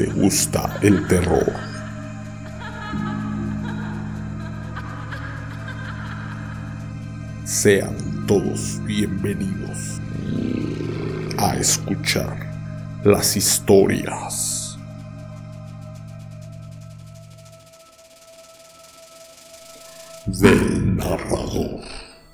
te gusta el terror. Sean todos bienvenidos a escuchar las historias del narrador.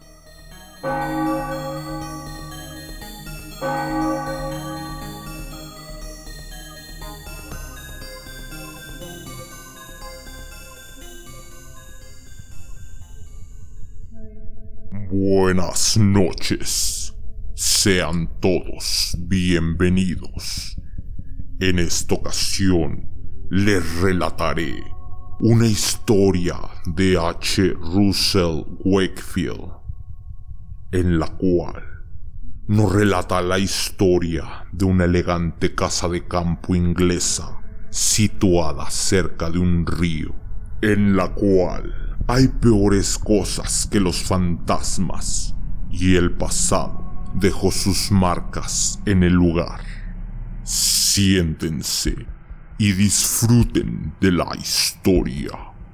Buenas noches, sean todos bienvenidos. En esta ocasión les relataré una historia de H. Russell Wakefield, en la cual nos relata la historia de una elegante casa de campo inglesa situada cerca de un río, en la cual hay peores cosas que los fantasmas, y el pasado dejó sus marcas en el lugar. Siéntense y disfruten de la historia.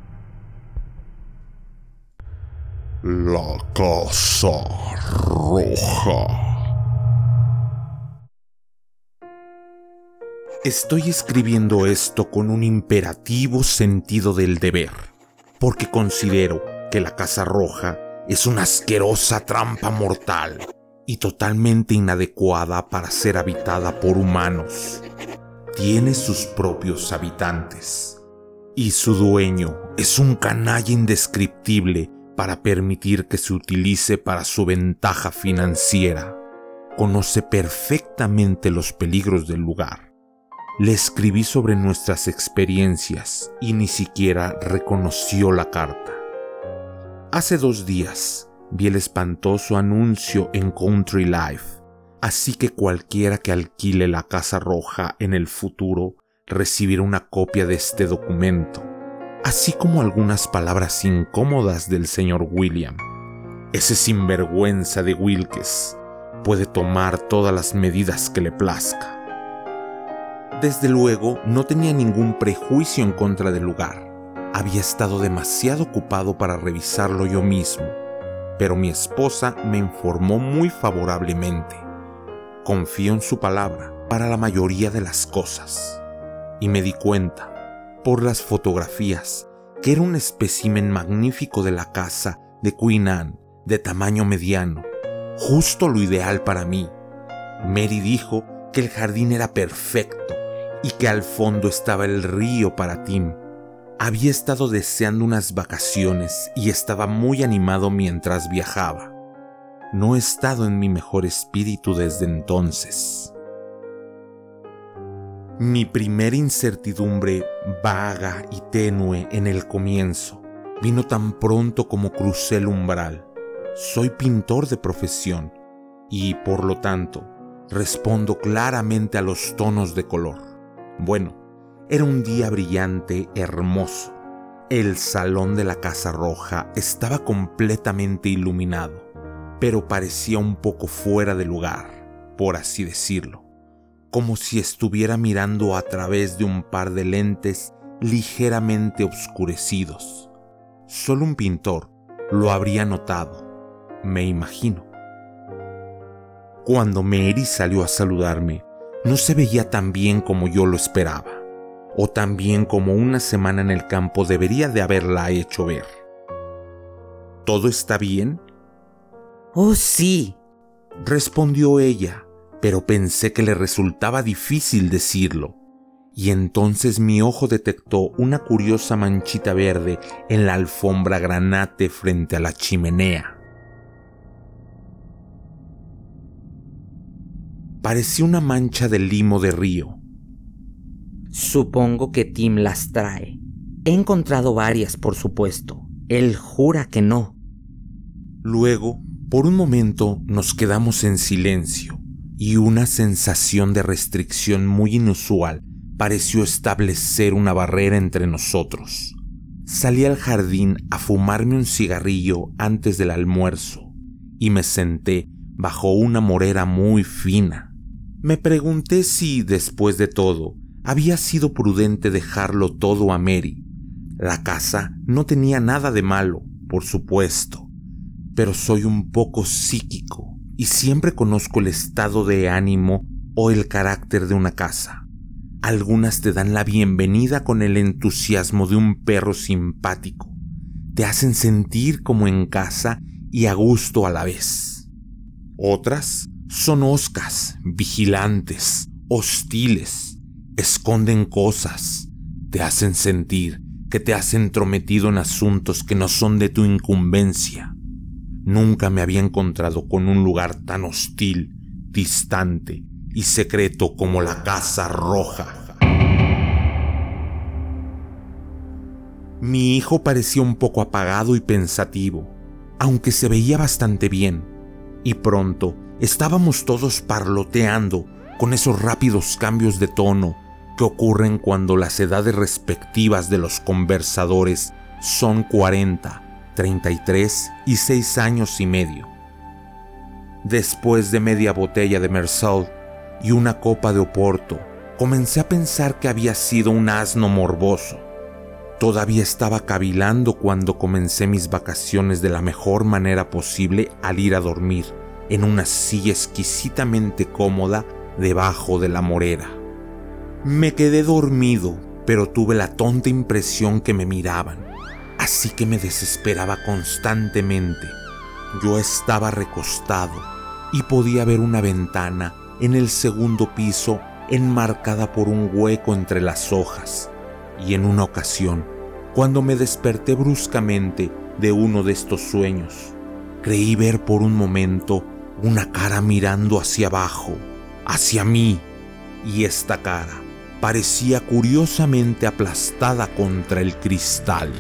La Casa Roja. Estoy escribiendo esto con un imperativo sentido del deber, porque considero que la Casa Roja es una asquerosa trampa mortal y totalmente inadecuada para ser habitada por humanos. Tiene sus propios habitantes, y su dueño es un canalla indescriptible para permitir que se utilice para su ventaja financiera. Conoce perfectamente los peligros del lugar. Le escribí sobre nuestras experiencias y ni siquiera reconoció la carta. Hace 2 días vi el espantoso anuncio en Country Life, así que cualquiera que alquile la Casa Roja en el futuro recibirá una copia de este documento, así como algunas palabras incómodas del señor William. Ese sinvergüenza de Wilkes puede tomar todas las medidas que le plazca. Desde luego, no tenía ningún prejuicio en contra del lugar. Había estado demasiado ocupado para revisarlo yo mismo, pero mi esposa me informó muy favorablemente. Confío en su palabra para la mayoría de las cosas. Y me di cuenta, por las fotografías, que era un espécimen magnífico de la casa de Queen Anne, de tamaño mediano, justo lo ideal para mí. Mary dijo que el jardín era perfecto y que al fondo estaba el río para Tim. Había estado deseando unas vacaciones y estaba muy animado mientras viajaba. No he estado en mi mejor espíritu desde entonces. Mi primera incertidumbre, vaga y tenue en el comienzo, vino tan pronto como crucé el umbral. Soy pintor de profesión y, por lo tanto, respondo claramente a los tonos de color. Bueno, era un día brillante, hermoso. El salón de la Casa Roja estaba completamente iluminado, pero parecía un poco fuera de lugar, por así decirlo, como si estuviera mirando a través de un par de lentes ligeramente oscurecidos. Solo un pintor lo habría notado, me imagino. Cuando Mary salió a saludarme, no se veía tan bien como yo lo esperaba, o tan bien como una semana en el campo debería de haberla hecho ver. ¿Todo está bien? Oh, sí, respondió ella, pero pensé que le resultaba difícil decirlo, y entonces mi ojo detectó una curiosa manchita verde en la alfombra granate frente a la chimenea. Parecía una mancha de limo de río. Supongo que Tim las trae. He encontrado varias, por supuesto. Él jura que no. Luego, por un momento, nos quedamos en silencio y una sensación de restricción muy inusual pareció establecer una barrera entre nosotros. Salí al jardín a fumarme un cigarrillo antes del almuerzo y me senté bajo una morera muy fina. Me pregunté si, después de todo, había sido prudente dejarlo todo a Mary. La casa no tenía nada de malo, por supuesto, pero soy un poco psíquico y siempre conozco el estado de ánimo o el carácter de una casa. Algunas te dan la bienvenida con el entusiasmo de un perro simpático. Te hacen sentir como en casa y a gusto a la vez. Otras son hoscas, vigilantes, hostiles, esconden cosas, te hacen sentir que te has entrometido en asuntos que no son de tu incumbencia. Nunca me había encontrado con un lugar tan hostil, distante y secreto como la Casa Roja. Mi hijo parecía un poco apagado y pensativo, aunque se veía bastante bien, y pronto estábamos todos parloteando con esos rápidos cambios de tono que ocurren cuando las edades respectivas de los conversadores son 40, 33 y 6 años y medio. Después de media botella de Mersal y una copa de Oporto, comencé a pensar que había sido un asno morboso. Todavía estaba cavilando cuando comencé mis vacaciones de la mejor manera posible al ir a dormir en una silla exquisitamente cómoda debajo de la morera. Me quedé dormido, pero tuve la tonta impresión que me miraban, así que me desesperaba constantemente. Yo estaba recostado y podía ver una ventana en el segundo piso enmarcada por un hueco entre las hojas, y en una ocasión, cuando me desperté bruscamente de uno de estos sueños, creí ver por un momento una cara mirando hacia abajo, hacia mí, y esta cara parecía curiosamente aplastada contra el cristal.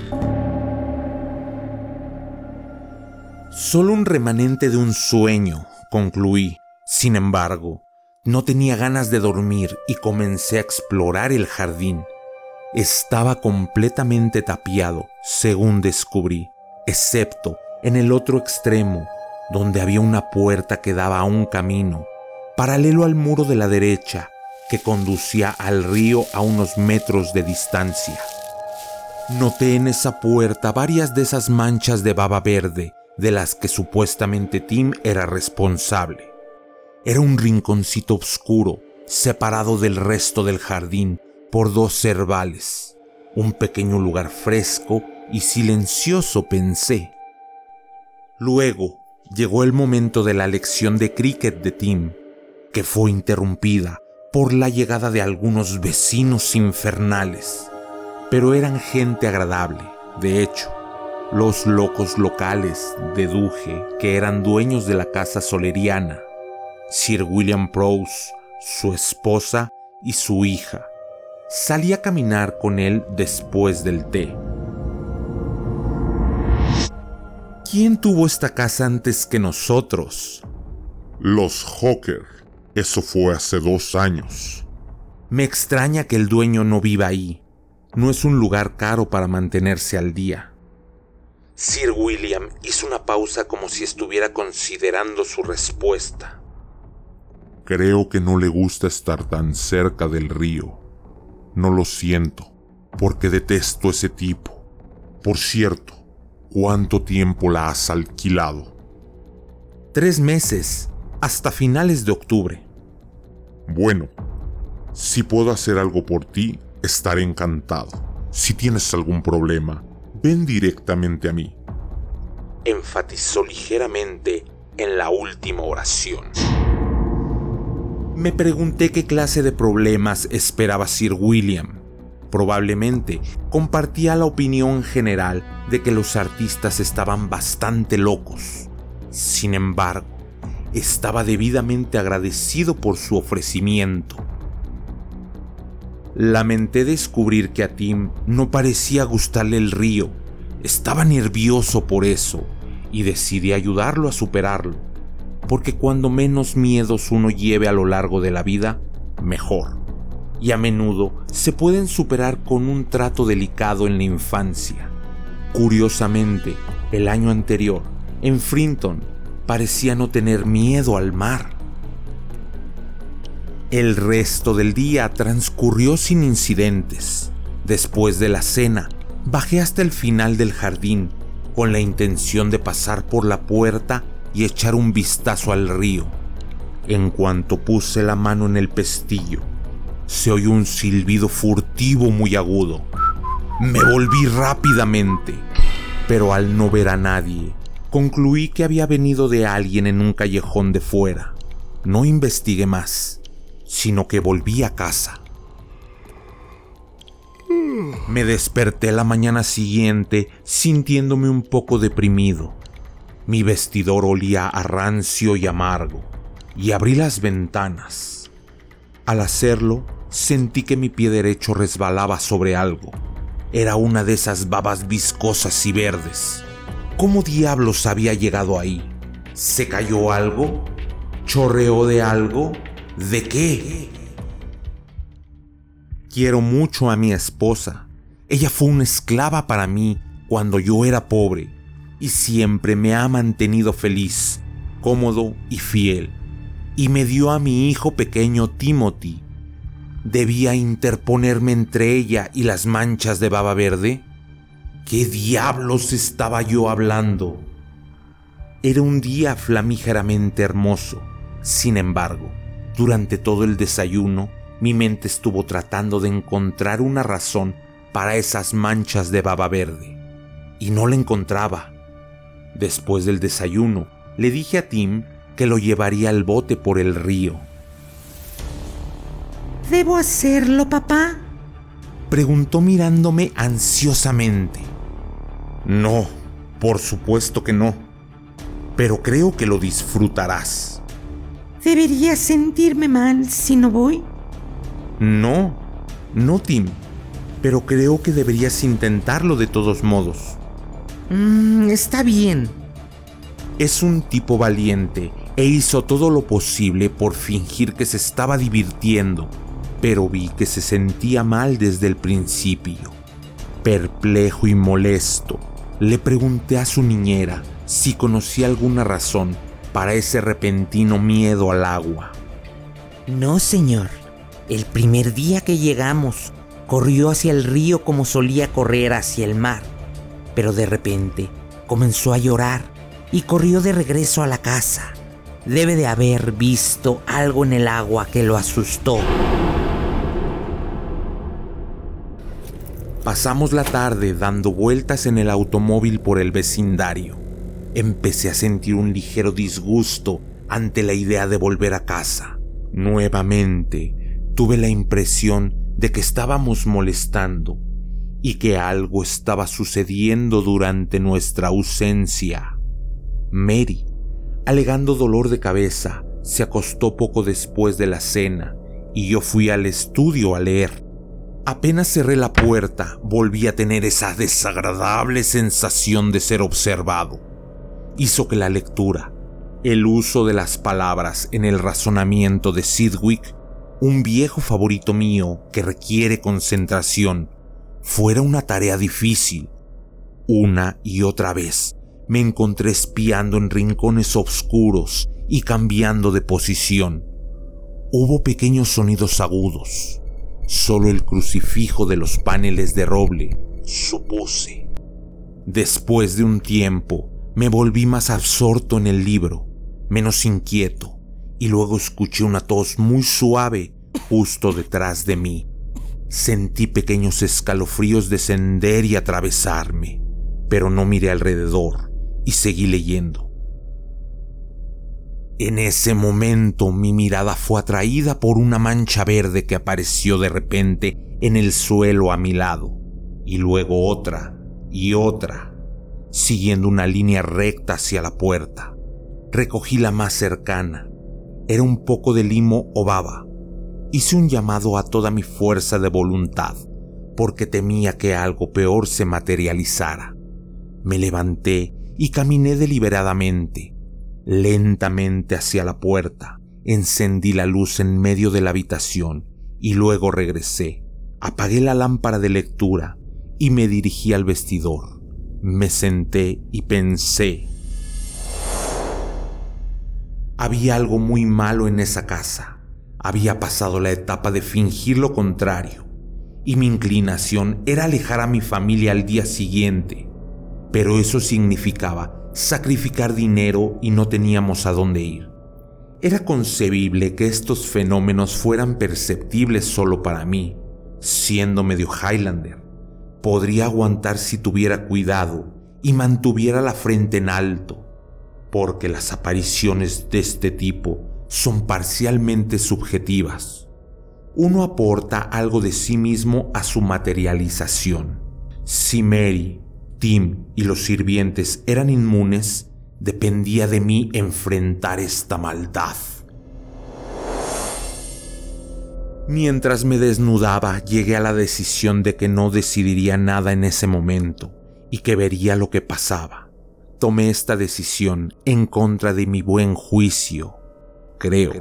Solo un remanente de un sueño, concluí. Sin embargo, no tenía ganas de dormir y comencé a explorar el jardín. Estaba completamente tapiado, según descubrí, excepto en el otro extremo, donde había una puerta que daba a un camino, paralelo al muro de la derecha, que conducía al río a unos metros de distancia. Noté en esa puerta varias de esas manchas de baba verde de las que supuestamente Tim era responsable. Era un rinconcito oscuro, separado del resto del jardín por 2 cervales, un pequeño lugar fresco y silencioso, pensé. Luego llegó el momento de la lección de cricket de Tim, que fue interrumpida por la llegada de algunos vecinos infernales, pero eran gente agradable. De hecho, los locos locales, deduje que eran dueños de la casa soleriana, Sir William Prowse, su esposa y su hija. Salí a caminar con él después del té. ¿Quién tuvo esta casa antes que nosotros? Los Hawker. Eso fue hace 2 años. Me extraña que el dueño no viva ahí. No es un lugar caro para mantenerse al día. Sir William hizo una pausa como si estuviera considerando su respuesta. Creo que no le gusta estar tan cerca del río. No lo siento, porque detesto ese tipo. Por cierto, ¿cuánto tiempo la has alquilado? 3 meses, hasta finales de octubre. Bueno, si puedo hacer algo por ti, estaré encantado. Si tienes algún problema, ven directamente a mí. Enfatizó ligeramente en la última oración. Me pregunté qué clase de problemas esperaba Sir William. Probablemente compartía la opinión general de que los artistas estaban bastante locos. Sin embargo, estaba debidamente agradecido por su ofrecimiento. Lamenté descubrir que a Tim no parecía gustarle el río. Estaba nervioso por eso y decidí ayudarlo a superarlo, porque cuando menos miedos uno lleve a lo largo de la vida, mejor. Y a menudo se pueden superar con un trato delicado en la infancia. Curiosamente, el año anterior, en Frinton, parecía no tener miedo al mar. El resto del día transcurrió sin incidentes. Después de la cena, bajé hasta el final del jardín con la intención de pasar por la puerta y echar un vistazo al río. En cuanto puse la mano en el pestillo, se oyó un silbido furtivo muy agudo. Me volví rápidamente, pero al no ver a nadie, concluí que había venido de alguien en un callejón de fuera. No investigué más, sino que volví a casa. Me desperté la mañana siguiente sintiéndome un poco deprimido. Mi vestidor olía a rancio y amargo, y abrí las ventanas. Al hacerlo, sentí que mi pie derecho resbalaba sobre algo. Era una de esas babas viscosas y verdes. ¿Cómo diablos había llegado ahí? ¿Se cayó algo? ¿Chorreó de algo? ¿De qué? Quiero mucho a mi esposa. Ella fue una esclava para mí cuando yo era pobre y siempre me ha mantenido feliz, cómodo y fiel. Y me dio a mi hijo pequeño Timothy. ¿Debía interponerme entre ella y las manchas de baba verde? ¿Qué diablos estaba yo hablando? Era un día flamígeramente hermoso. Sin embargo, durante todo el desayuno, mi mente estuvo tratando de encontrar una razón para esas manchas de baba verde. Y no la encontraba. Después del desayuno, le dije a Tim que lo llevaría al bote por el río. ¿Debo hacerlo, papá?, preguntó mirándome ansiosamente. No, por supuesto que no, pero creo que lo disfrutarás. ¿Debería sentirme mal si no voy? No, Tim, pero creo que deberías intentarlo de todos modos. Está bien. Es un tipo valiente e hizo todo lo posible por fingir que se estaba divirtiendo, pero vi que se sentía mal desde el principio. Perplejo y molesto, le pregunté a su niñera si conocía alguna razón para ese repentino miedo al agua. No, señor. El primer día que llegamos, corrió hacia el río como solía correr hacia el mar, pero de repente comenzó a llorar y corrió de regreso a la casa. Debe de haber visto algo en el agua que lo asustó. Pasamos la tarde dando vueltas en el automóvil por el vecindario. Empecé a sentir un ligero disgusto ante la idea de volver a casa. Nuevamente, tuve la impresión de que estábamos molestando y que algo estaba sucediendo durante nuestra ausencia. Mary, alegando dolor de cabeza, se acostó poco después de la cena y yo fui al estudio a leer. Apenas cerré la puerta, volví a tener esa desagradable sensación de ser observado. Hizo que la lectura, el uso de las palabras en el razonamiento de Sidgwick, un viejo favorito mío que requiere concentración, fuera una tarea difícil. Una y otra vez me encontré espiando en rincones oscuros y cambiando de posición. Hubo pequeños sonidos agudos. Solo el crucifijo de los paneles de roble, supuse. Después de un tiempo, me volví más absorto en el libro, menos inquieto, y luego escuché una tos muy suave justo detrás de mí. Sentí pequeños escalofríos descender y atravesarme, pero no miré alrededor y seguí leyendo. En ese momento mi mirada fue atraída por una mancha verde que apareció de repente en el suelo a mi lado, y luego otra y otra, siguiendo una línea recta hacia la puerta. Recogí la más cercana. Era un poco de limo o baba. Hice un llamado a toda mi fuerza de voluntad, porque temía que algo peor se materializara. Me levanté y caminé deliberadamente, lentamente hacia la puerta. Encendí la luz en medio de la habitación y luego regresé. Apagué la lámpara de lectura y me dirigí al vestidor. Me senté y pensé. Había algo muy malo en esa casa. Había pasado la etapa de fingir lo contrario, y mi inclinación era alejar a mi familia al día siguiente, pero eso significaba sacrificar dinero y no teníamos a dónde ir. Era concebible que estos fenómenos fueran perceptibles solo para mí, siendo medio Highlander. Podría aguantar si tuviera cuidado y mantuviera la frente en alto, porque las apariciones de este tipo son parcialmente subjetivas. Uno aporta algo de sí mismo a su materialización. Si Mary, Tim y los sirvientes eran inmunes, dependía de mí enfrentar esta maldad. Mientras me desnudaba, llegué a la decisión de que no decidiría nada en ese momento y que vería lo que pasaba. Tomé esta decisión en contra de mi buen juicio, creo.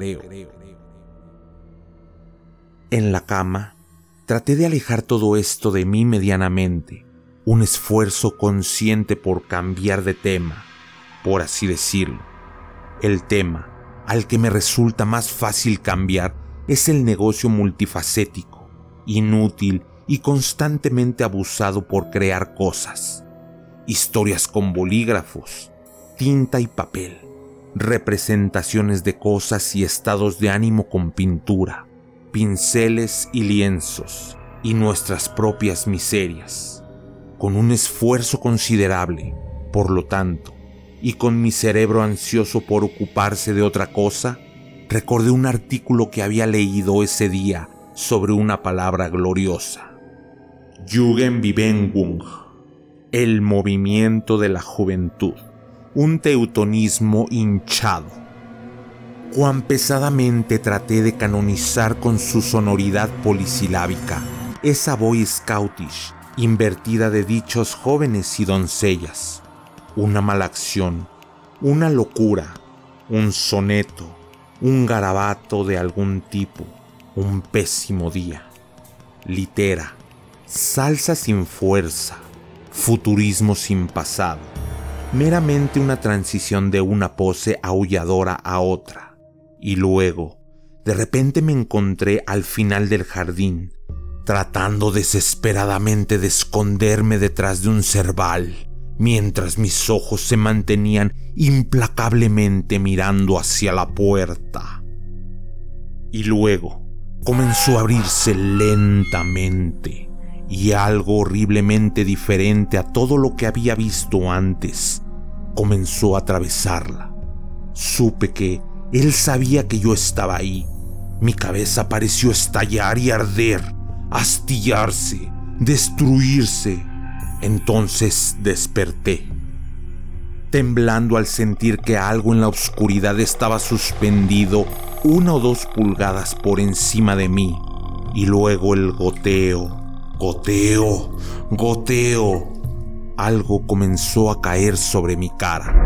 En la cama, traté de alejar todo esto de mí medianamente, un esfuerzo consciente por cambiar de tema, por así decirlo. El tema al que me resulta más fácil cambiar es el negocio multifacético, inútil y constantemente abusado por crear cosas. Historias con bolígrafos, tinta y papel, representaciones de cosas y estados de ánimo con pintura, pinceles y lienzos, y nuestras propias miserias. Con un esfuerzo considerable, por lo tanto, y con mi cerebro ansioso por ocuparse de otra cosa, recordé un artículo que había leído ese día sobre una palabra gloriosa: Jugendbewegung, el movimiento de la juventud, un teutonismo hinchado. Cuán pesadamente traté de canonizar con su sonoridad polisilábica esa Boy Scoutish invertida de dichos jóvenes y doncellas. Una mala acción, una locura, un soneto, un garabato de algún tipo, un pésimo día. Litera, salsa sin fuerza, futurismo sin pasado, meramente una transición de una pose aulladora a otra. Y luego, de repente me encontré al final del jardín, tratando desesperadamente de esconderme detrás de un cerval, mientras mis ojos se mantenían implacablemente mirando hacia la puerta. Y luego comenzó a abrirse lentamente, y algo horriblemente diferente a todo lo que había visto antes comenzó a atravesarla. Supe que él sabía que yo estaba ahí. Mi cabeza pareció estallar y arder, astillarse, destruirse. Entonces desperté, temblando al sentir que algo en la oscuridad estaba suspendido 1 o 2 pulgadas por encima de mí, y luego el goteo, goteo, goteo. Algo comenzó a caer sobre mi cara.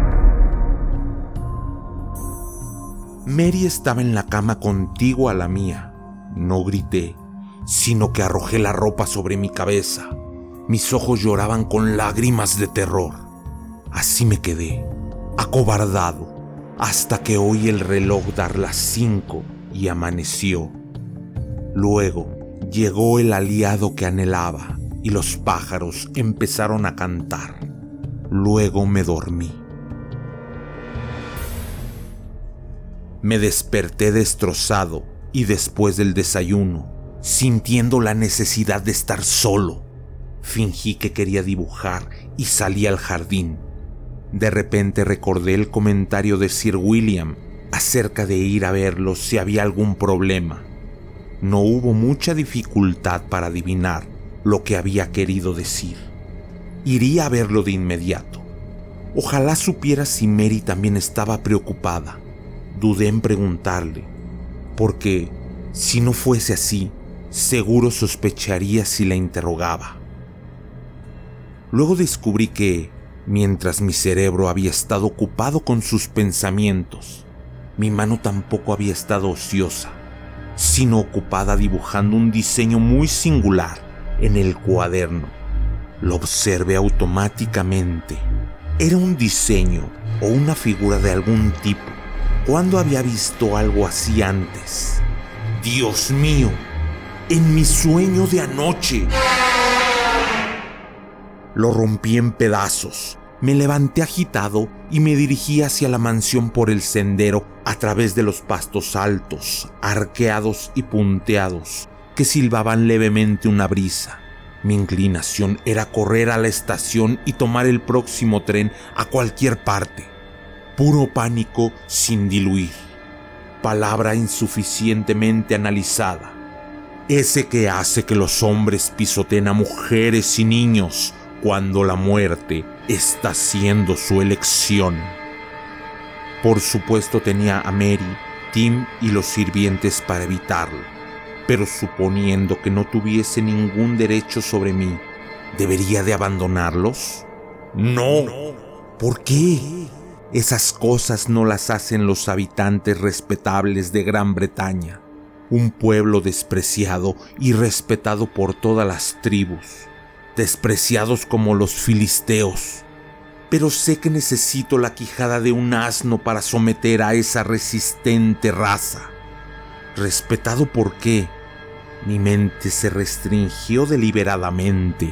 Mary estaba en la cama contigua a la mía. No grité, sino que arrojé la ropa sobre mi cabeza. Mis ojos lloraban con lágrimas de terror. Así me quedé, acobardado, hasta que oí el reloj dar las 5 y amaneció. Luego llegó el aliado que anhelaba y los pájaros empezaron a cantar. Luego me dormí. Me desperté destrozado y después del desayuno, sintiendo la necesidad de estar solo, fingí que quería dibujar y salí al jardín. De repente recordé el comentario de Sir William acerca de ir a verlo si había algún problema. No hubo mucha dificultad para adivinar lo que había querido decir. Iría a verlo de inmediato. Ojalá supiera si Mary también estaba preocupada. Dudé en preguntarle, porque si no fuese así, seguro sospecharía si la interrogaba. Luego descubrí que, mientras mi cerebro había estado ocupado con sus pensamientos, mi mano tampoco había estado ociosa, sino ocupada dibujando un diseño muy singular en el cuaderno. Lo observé automáticamente. Era un diseño o una figura de algún tipo. ¿Cuándo había visto algo así antes? Dios mío, en mi sueño de anoche. Lo rompí en pedazos. Me levanté agitado y me dirigí hacia la mansión por el sendero a través de los pastos altos, arqueados y punteados, que silbaban levemente una brisa. Mi inclinación era correr a la estación y tomar el próximo tren a cualquier parte. Puro pánico sin diluir. Palabra insuficientemente analizada. Ese que hace que los hombres pisoteen a mujeres y niños cuando la muerte está siendo su elección. Por supuesto tenía a Mary, Tim y los sirvientes para evitarlo, pero suponiendo que no tuviese ningún derecho sobre mí, ¿debería de abandonarlos? No. ¿Por qué? Esas cosas no las hacen los habitantes respetables de Gran Bretaña, un pueblo despreciado y respetado por todas las tribus, despreciados como los filisteos. Pero sé que necesito la quijada de un asno para someter a esa resistente raza. ¿Respetado por qué? Mi mente se restringió deliberadamente.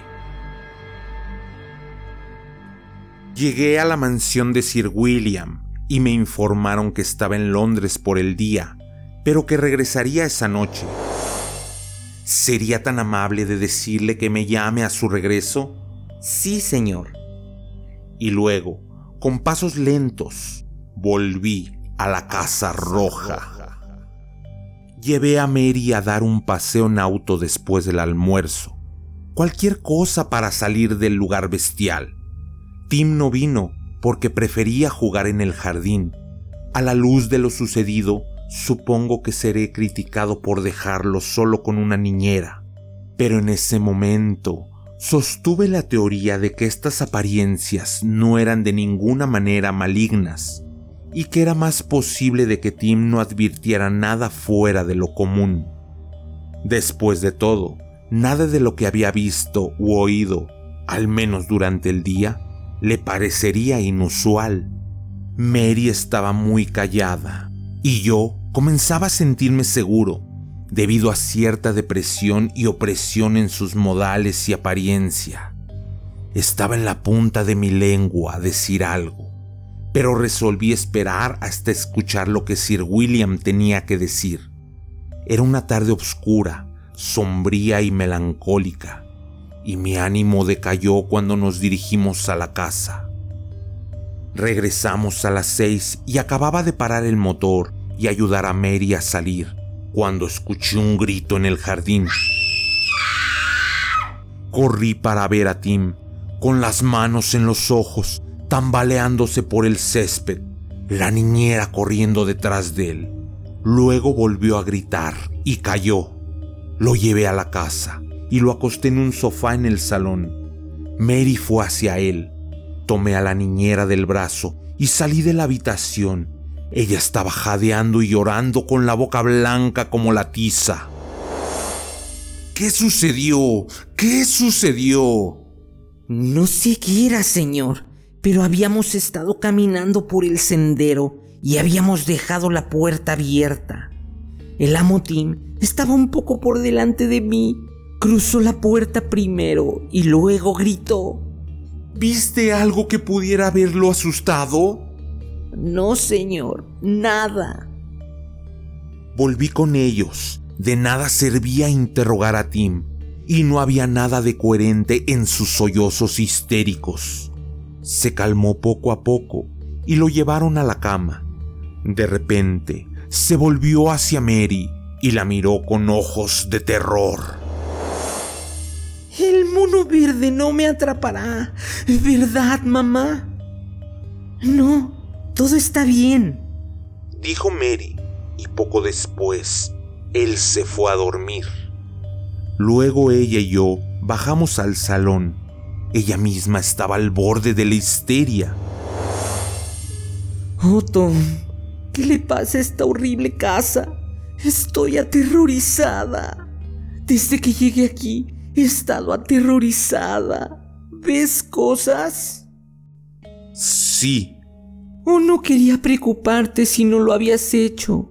Llegué a la mansión de Sir William y me informaron que estaba en Londres por el día, pero que regresaría esa noche. ¿Sería tan amable de decirle que me llame a su regreso? Sí, señor. Y luego, con pasos lentos, volví a la Casa Roja. Llevé a Mary a dar un paseo en auto después del almuerzo. Cualquier cosa para salir del lugar bestial. Tim no vino porque prefería jugar en el jardín. A la luz de lo sucedido, supongo que seré criticado por dejarlo solo con una niñera. Pero en ese momento sostuve la teoría de que estas apariencias no eran de ninguna manera malignas y que era más posible de que Tim no advirtiera nada fuera de lo común. Después de todo, nada de lo que había visto u oído, al menos durante el día, le parecería inusual. Mary estaba muy callada y yo comenzaba a sentirme seguro debido a cierta depresión y opresión en sus modales y apariencia. Estaba en la punta de mi lengua a decir algo, pero resolví esperar hasta escuchar lo que Sir William tenía que decir. Era una tarde oscura, sombría y melancólica, y mi ánimo decayó cuando nos dirigimos a la casa. Regresamos a las 6 y acababa de parar el motor y ayudar a Mary a salir, cuando escuché un grito en el jardín. Corrí para ver a Tim, con las manos en los ojos, tambaleándose por el césped, la niñera corriendo detrás de él. Luego volvió a gritar y cayó. Lo llevé a la casa y lo acosté en un sofá en el salón. Mary fue hacia él. Tomé a la niñera del brazo y salí de la habitación. Ella estaba jadeando y llorando con la boca blanca como la tiza. ¿Qué sucedió? ¿Qué sucedió? No sé qué era, señor, pero habíamos estado caminando por el sendero y habíamos dejado la puerta abierta. El amo Tim estaba un poco por delante de mí. Cruzó la puerta primero y luego gritó. ¿Viste algo que pudiera haberlo asustado? No, señor, nada. Volví con ellos. De nada servía interrogar a Tim, y no había nada de coherente en sus sollozos histéricos. Se calmó poco a poco y lo llevaron a la cama. De repente, se volvió hacia Mary y la miró con ojos de terror. El mono verde no me atrapará, ¿verdad, mamá? No, todo está bien, dijo Mary, y poco después, él se fue a dormir. Luego ella y yo bajamos al salón. Ella misma estaba al borde de la histeria. Oh, Tom, ¿qué le pasa a esta horrible casa? Estoy aterrorizada. Desde que llegué aquí, he estado aterrorizada. ¿Ves cosas? Sí. Oh, no quería preocuparte si no lo habías hecho.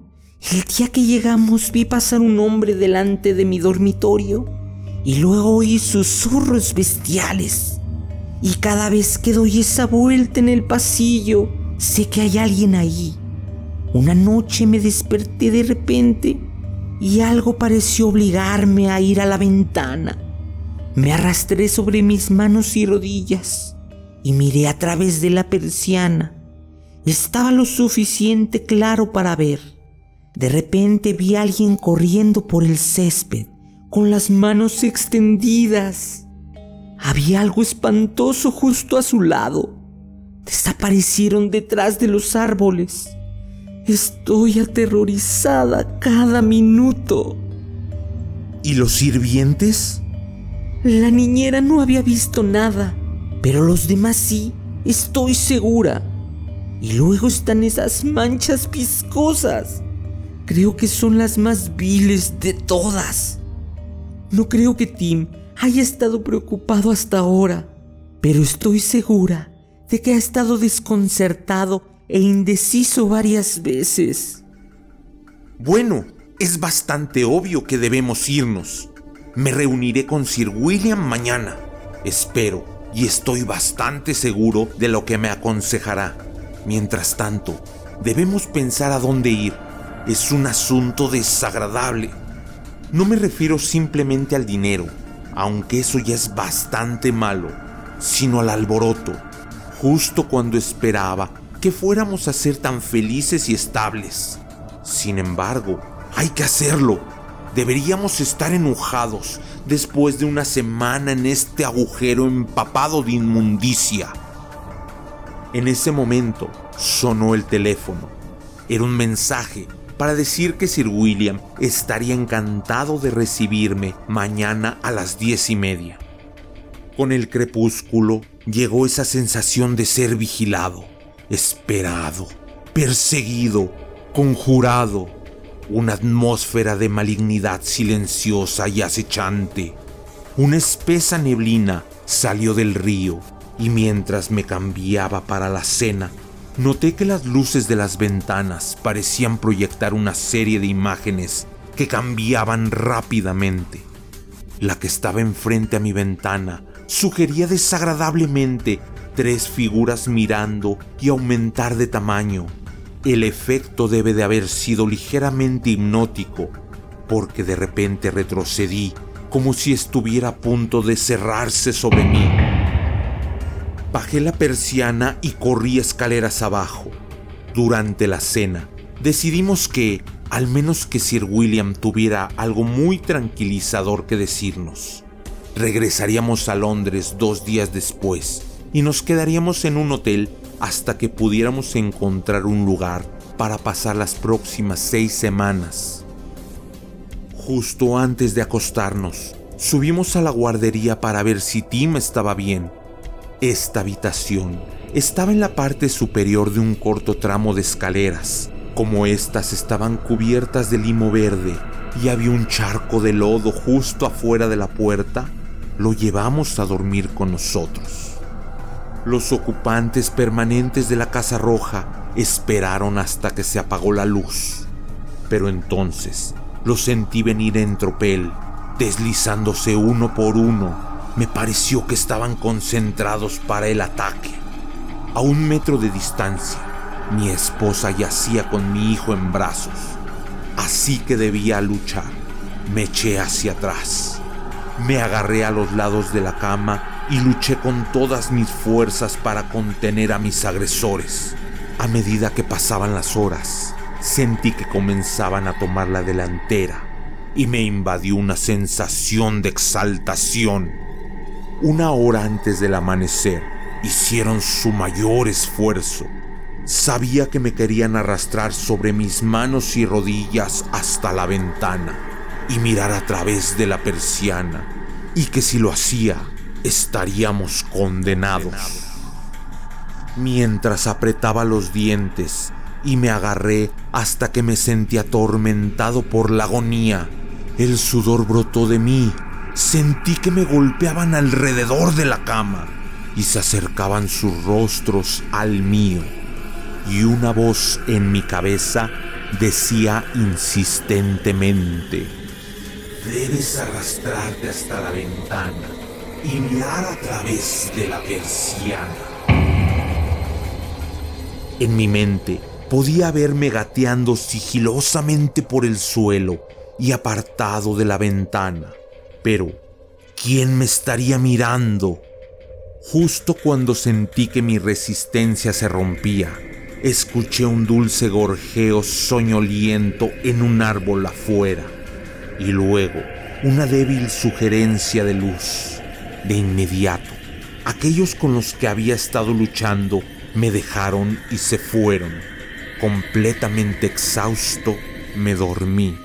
El día que llegamos vi pasar un hombre delante de mi dormitorio y luego oí susurros bestiales. Y cada vez que doy esa vuelta en el pasillo, sé que hay alguien ahí. Una noche me desperté de repente y algo pareció obligarme a ir a la ventana. Me arrastré sobre mis manos y rodillas y miré a través de la persiana. Estaba lo suficiente claro para ver. De repente vi a alguien corriendo por el césped con las manos extendidas. Había algo espantoso justo a su lado. Desaparecieron detrás de los árboles. Estoy aterrorizada cada minuto. ¿Y los sirvientes? La niñera no había visto nada, pero los demás sí, estoy segura. Y luego están esas manchas viscosas. Creo que son las más viles de todas. No creo que Tim haya estado preocupado hasta ahora, pero estoy segura de que ha estado desconcertado e indeciso varias veces. Bueno, es bastante obvio que debemos irnos. Me reuniré con Sir William mañana. Espero y estoy bastante seguro de lo que me aconsejará. Mientras tanto, debemos pensar a dónde ir. Es un asunto desagradable. No me refiero simplemente al dinero, aunque eso ya es bastante malo, sino al alboroto, justo cuando esperaba que fuéramos a ser tan felices y estables. Sin embargo, hay que hacerlo. Deberíamos estar enojados después de una semana en este agujero empapado de inmundicia. En ese momento sonó el teléfono. Era un mensaje para decir que Sir William estaría encantado de recibirme mañana a las 10:30. Con el crepúsculo llegó esa sensación de ser vigilado, esperado, perseguido, conjurado. Una atmósfera de malignidad silenciosa y acechante. Una espesa neblina salió del río y mientras me cambiaba para la cena, noté que las luces de las ventanas parecían proyectar una serie de imágenes que cambiaban rápidamente. La que estaba enfrente a mi ventana sugería desagradablemente 3 figuras mirando y aumentar de tamaño. El efecto debe de haber sido ligeramente hipnótico, porque de repente retrocedí como si estuviera a punto de cerrarse sobre mí. Bajé la persiana y corrí escaleras abajo. Durante la cena, decidimos que, al menos que Sir William tuviera algo muy tranquilizador que decirnos, regresaríamos a Londres 2 días después y nos quedaríamos en un hotel hasta que pudiéramos encontrar un lugar para pasar las próximas 6 semanas. Justo antes de acostarnos, subimos a la guardería para ver si Tim estaba bien. Esta habitación estaba en la parte superior de un corto tramo de escaleras. Como estas estaban cubiertas de limo verde y había un charco de lodo justo afuera de la puerta, lo llevamos a dormir con nosotros. Los ocupantes permanentes de la Casa Roja esperaron hasta que se apagó la luz. Pero entonces los sentí venir en tropel, deslizándose uno por uno. Me pareció que estaban concentrados para el ataque. A 1 metro de distancia, mi esposa yacía con mi hijo en brazos. Así que debía luchar. Me eché hacia atrás. Me agarré a los lados de la cama y luché con todas mis fuerzas para contener a mis agresores. A medida que pasaban las horas, sentí que comenzaban a tomar la delantera y me invadió una sensación de exaltación. 1 hora antes del amanecer, hicieron su mayor esfuerzo. Sabía que me querían arrastrar sobre mis manos y rodillas hasta la ventana y mirar a través de la persiana, y que si lo hacía, estaríamos condenados. Mientras apretaba los dientes y me agarré hasta que me sentí atormentado por la agonía, el sudor brotó de mí. Sentí que me golpeaban alrededor de la cama y se acercaban sus rostros al mío, y una voz en mi cabeza decía insistentemente: debes arrastrarte hasta la ventana y mirar a través de la persiana. En mi mente podía verme gateando sigilosamente por el suelo y apartado de la ventana. Pero, ¿quién me estaría mirando? Justo cuando sentí que mi resistencia se rompía, escuché un dulce gorjeo soñoliento en un árbol afuera, y luego una débil sugerencia de luz. De inmediato, aquellos con los que había estado luchando me dejaron y se fueron. Completamente exhausto, me dormí.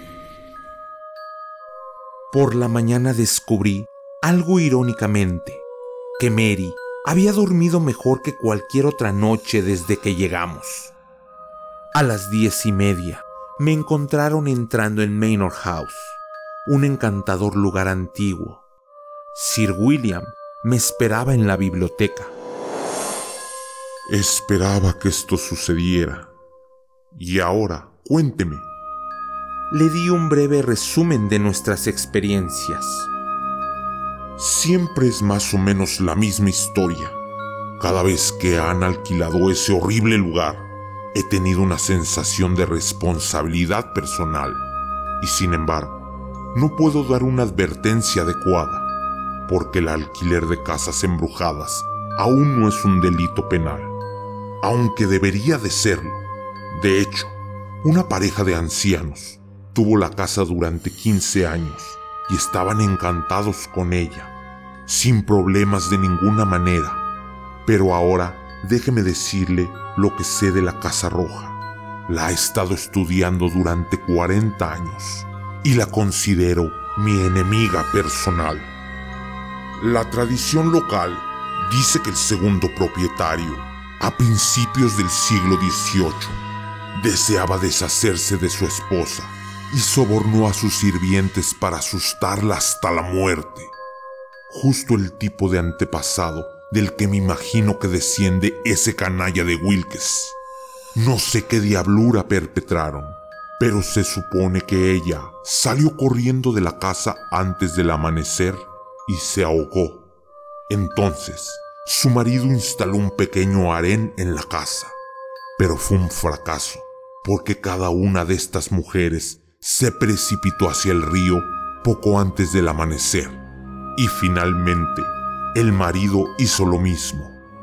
Por la mañana descubrí, algo irónicamente, que Mary había dormido mejor que cualquier otra noche desde que llegamos. A las 10:30 me encontraron entrando en Manor House, un encantador lugar antiguo. Sir William me esperaba en la biblioteca. Esperaba que esto sucediera. Y ahora, cuénteme. Le di un breve resumen de nuestras experiencias. Siempre es más o menos la misma historia. Cada vez que han alquilado ese horrible lugar, he tenido una sensación de responsabilidad personal. Y sin embargo, no puedo dar una advertencia adecuada, porque el alquiler de casas embrujadas aún no es un delito penal, aunque debería de serlo. De hecho, una pareja de ancianos tuvo la casa durante 15 años y estaban encantados con ella, sin problemas de ninguna manera. Pero ahora déjeme decirle lo que sé de la Casa Roja. La he estado estudiando durante 40 años y la considero mi enemiga personal. La tradición local dice que el segundo propietario, a principios del siglo XVIII, deseaba deshacerse de su esposa y sobornó a sus sirvientes para asustarla hasta la muerte. Justo el tipo de antepasado del que me imagino que desciende ese canalla de Wilkes. No sé qué diablura perpetraron, pero se supone que ella salió corriendo de la casa antes del amanecer y se ahogó. Entonces, su marido instaló un pequeño harén en la casa, pero fue un fracaso, porque cada una de estas mujeres se precipitó hacia el río poco antes del amanecer, y finalmente el marido hizo lo mismo.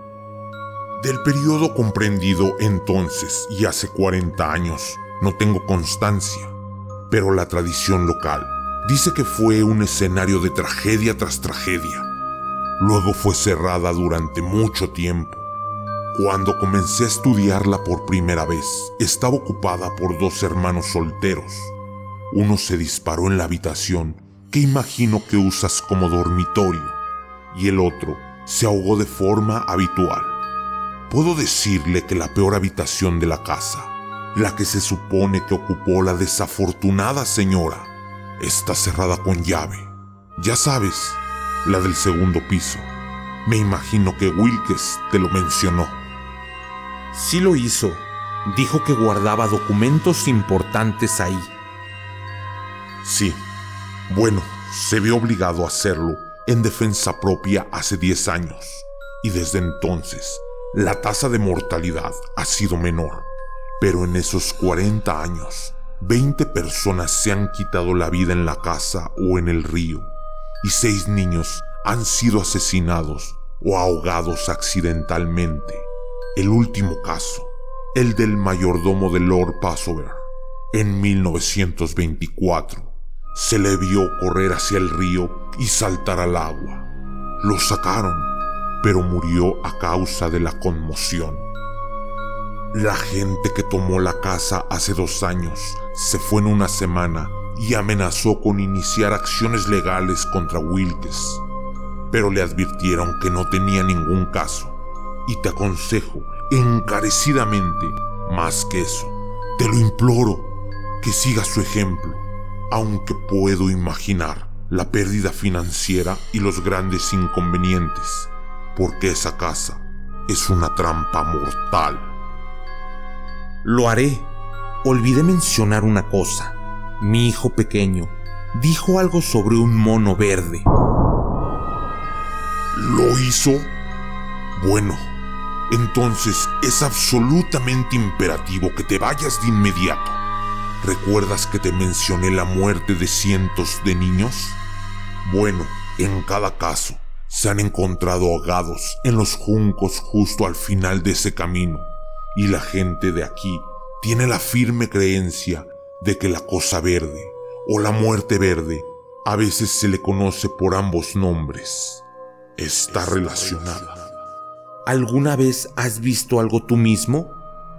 Del periodo comprendido entonces y hace 40 años no tengo constancia, pero la tradición local dice que fue un escenario de tragedia tras tragedia. Luego fue cerrada durante mucho tiempo. Cuando comencé a estudiarla por primera vez, estaba ocupada por 2 hermanos solteros. Uno se disparó en la habitación que imagino que usas como dormitorio, y el otro se ahogó de forma habitual. Puedo decirle que la peor habitación de la casa, la que se supone que ocupó la desafortunada señora, está cerrada con llave. Ya sabes, la del segundo piso. Me imagino que Wilkes te lo mencionó. Sí lo hizo. Dijo que guardaba documentos importantes ahí. Sí. Bueno, se vio obligado a hacerlo en defensa propia hace 10 años. Y desde entonces, la tasa de mortalidad ha sido menor. Pero en esos 40 años, 20 personas se han quitado la vida en la casa o en el río, y 6 niños han sido asesinados o ahogados accidentalmente. El último caso, el del mayordomo de Lord Passover, en 1924, se le vio correr hacia el río y saltar al agua. Lo sacaron, pero murió a causa de la conmoción. La gente que tomó la casa hace 2 años se fue en una semana y amenazó con iniciar acciones legales contra Wilkes, pero le advirtieron que no tenía ningún caso, y te aconsejo encarecidamente, más que eso, te lo imploro, que sigas su ejemplo, aunque puedo imaginar la pérdida financiera y los grandes inconvenientes, porque esa casa es una trampa mortal. Lo haré. olvidé mencionar una cosa. Mi hijo pequeño dijo algo sobre un mono verde. ¿Lo hizo? Bueno, entonces es absolutamente imperativo que te vayas de inmediato. ¿Recuerdas que te mencioné la muerte de cientos de niños? Bueno, en cada caso, se han encontrado ahogados en los juncos justo al final de ese camino, y la gente de aquí tiene la firme creencia de que la cosa verde o la muerte verde, a veces se le conoce por ambos nombres, está relacionada. ¿Alguna vez has visto algo tú mismo?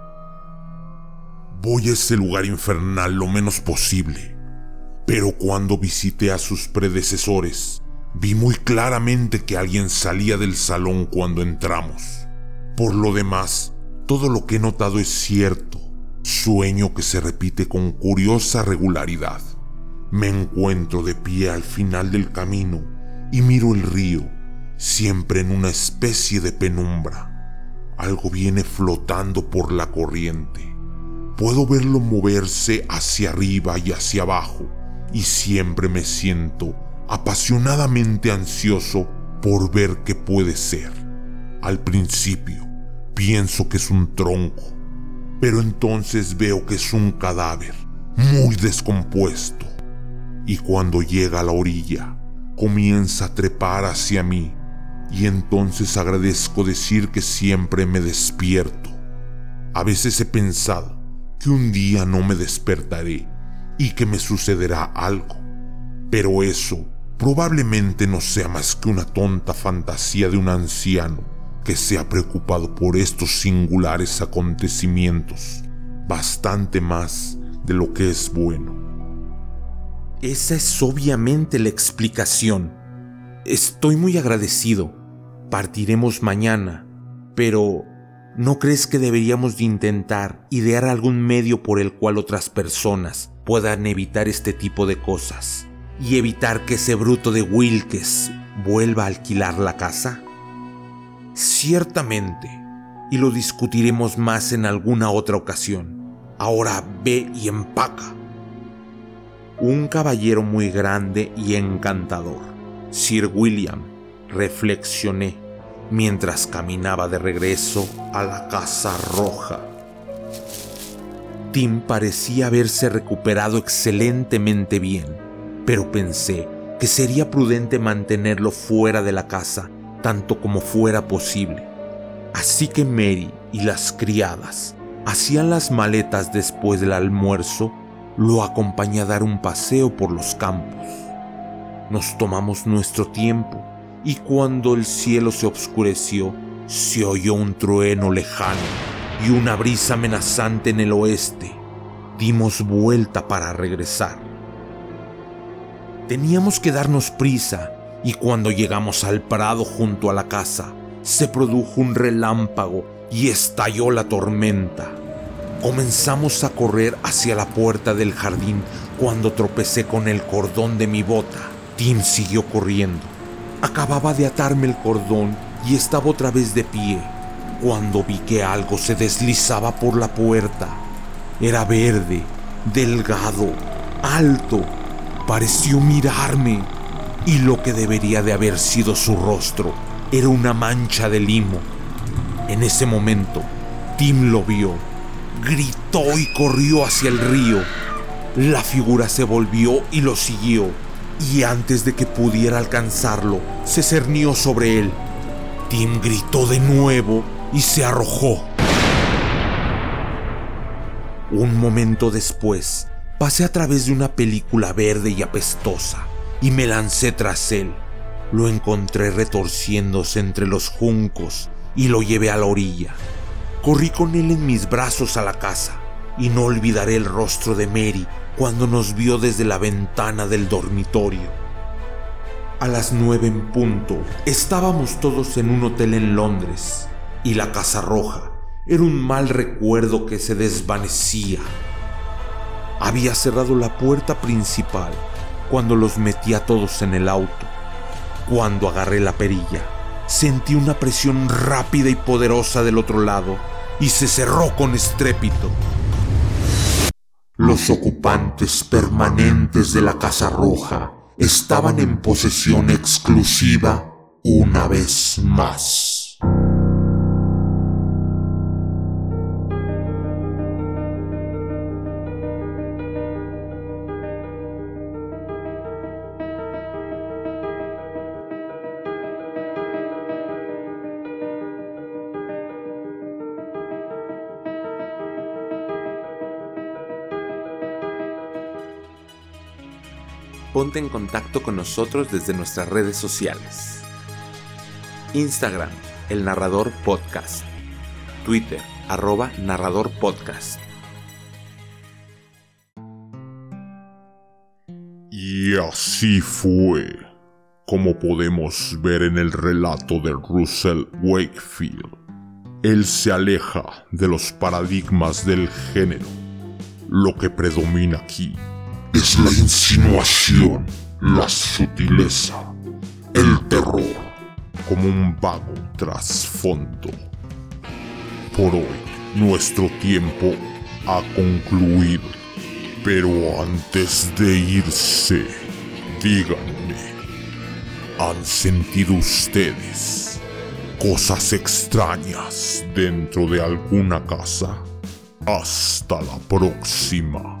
Voy a ese lugar infernal lo menos posible, pero cuando visité a sus predecesores, vi muy claramente que alguien salía del salón cuando entramos. Por lo demás, todo lo que he notado es cierto, sueño que se repite con curiosa regularidad. Me encuentro de pie al final del camino y miro el río, siempre en una especie de penumbra. Algo viene flotando por la corriente. Puedo verlo moverse hacia arriba y hacia abajo, y siempre me siento apasionadamente ansioso por ver qué puede ser. Al principio pienso que es un tronco, pero entonces veo que es un cadáver muy descompuesto, y cuando llega a la orilla comienza a trepar hacia mí, y entonces agradezco decir que siempre me despierto. A veces he pensado que un día no me despertaré y que me sucederá algo, pero eso probablemente no sea más que una tonta fantasía de un anciano que se ha preocupado por estos singulares acontecimientos bastante más de lo que es bueno. Esa es obviamente la explicación. Estoy muy agradecido. Partiremos mañana, pero ¿no crees que deberíamos de intentar idear algún medio por el cual otras personas puedan evitar este tipo de cosas y evitar que ese bruto de Wilkes vuelva a alquilar la casa? Ciertamente, y lo discutiremos más en alguna otra ocasión. Ahora ve y empaca. Un caballero muy grande y encantador, Sir William, reflexioné mientras caminaba de regreso a la Casa Roja. Tim parecía haberse recuperado excelentemente bien, pero pensé que sería prudente mantenerlo fuera de la casa tanto como fuera posible. Así que Mary y las criadas hacían las maletas después del almuerzo. Lo acompañé a dar un paseo por los campos. Nos tomamos nuestro tiempo y cuando el cielo se oscureció, se oyó un trueno lejano y una brisa amenazante en el oeste. Dimos vuelta para regresar. Teníamos que darnos prisa y cuando llegamos al prado junto a la casa, se produjo un relámpago y estalló la tormenta. Comenzamos a correr hacia la puerta del jardín cuando tropecé con el cordón de mi bota. Tim siguió corriendo. Acababa de atarme el cordón y estaba otra vez de pie cuando vi que algo se deslizaba por la puerta. Era verde, delgado, alto. Pareció mirarme y lo que debería de haber sido su rostro era una mancha de limo. En ese momento, Tim lo vio. Gritó y corrió hacia el río. La figura se volvió y lo siguió, y antes de que pudiera alcanzarlo, se cernió sobre él. Tim gritó de nuevo y se arrojó. Un momento después, pasé a través de una película verde y apestosa y me lancé tras él. Lo encontré retorciéndose entre los juncos y lo llevé a la orilla. Corrí con él en mis brazos a la casa y no olvidaré el rostro de Mary cuando nos vio desde la ventana del dormitorio. A las 9 en punto estábamos todos en un hotel en Londres y la Casa Roja era un mal recuerdo que se desvanecía. Había cerrado la puerta principal cuando los metí a todos en el auto. Cuando agarré la perilla, sentí una presión rápida y poderosa del otro lado y se cerró con estrépito. Los ocupantes permanentes de la Casa Roja estaban en posesión exclusiva una vez más. Ponte en contacto con nosotros desde nuestras redes sociales. Instagram, El Narrador Podcast. Twitter, @Narrador Podcast. Y así fue como podemos ver en el relato de Russell Wakefield. Él se aleja de los paradigmas del género. Lo que predomina aquí es la insinuación, la sutileza, el terror, como un vago trasfondo. Por hoy, nuestro tiempo ha concluido. Pero antes de irse, díganme, ¿han sentido ustedes cosas extrañas dentro de alguna casa? Hasta la próxima.